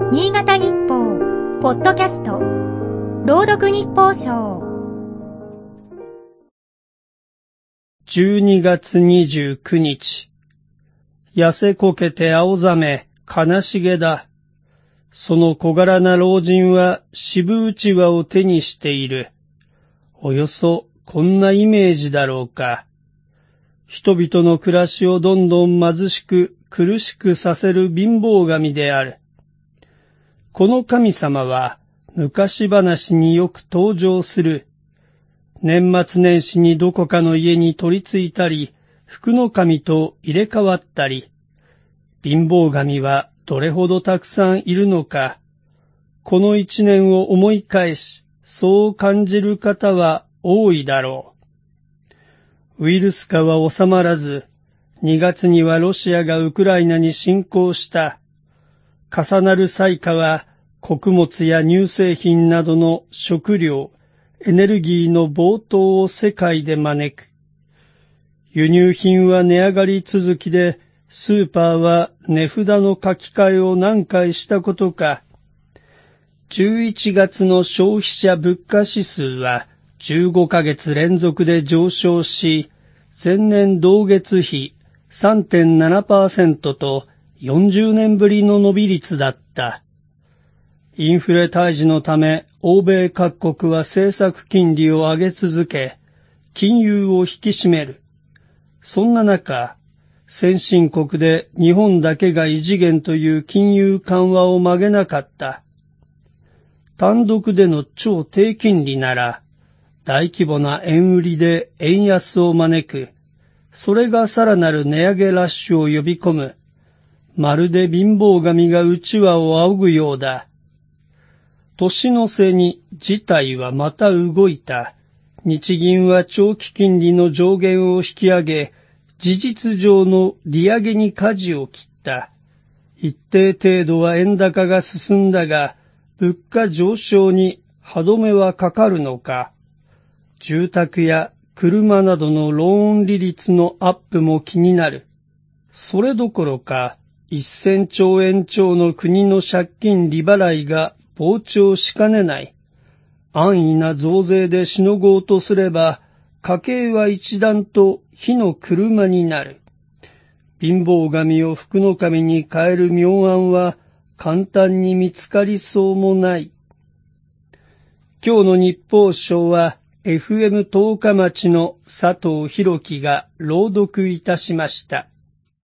新潟日報ポッドキャスト朗読日報賞 12月29日。痩せこけて青ざめ悲しげだ。その小柄な老人は渋うちわを手にしている。およそこんなイメージだろうか。人々の暮らしをどんどん貧しく苦しくさせる貧乏神である。この神様は昔話によく登場する。年末年始にどこかの家に取り付いたり、福の神と入れ替わったり、貧乏神はどれほどたくさんいるのか、この一年を思い返し、そう感じる方は多いだろう。ウイルス化は収まらず、2月にはロシアがウクライナに侵攻した。重なる災禍は穀物や乳製品などの食料、エネルギーの暴騰を世界で招く。輸入品は値上がり続きで、スーパーは値札の書き換えを何回したことか。11月の消費者物価指数は15ヶ月連続で上昇し、前年同月比 3.7% と40年ぶりの伸び率だった。インフレ退治のため、欧米各国は政策金利を上げ続け、金融を引き締める。そんな中、先進国で日本だけが異次元という金融緩和を曲げなかった。単独での超低金利なら、大規模な円売りで円安を招く。それがさらなる値上げラッシュを呼び込む。まるで貧乏神がうちわを仰ぐようだ。年の瀬に事態はまた動いた。日銀は長期金利の上限を引き上げ、事実上の利上げに舵を切った。一定程度は円高が進んだが、物価上昇に歯止めはかかるのか。住宅や車などのローン利率のアップも気になる。それどころか、1000兆円超の国の借金利払いが膨張しかねない。安易な増税でしのごうとすれば、家計は一段と火の車になる。貧乏神を福の神に変える妙案は簡単に見つかりそうもない。今日の日報賞は FM 十日町の佐藤弘樹が朗読いたしました。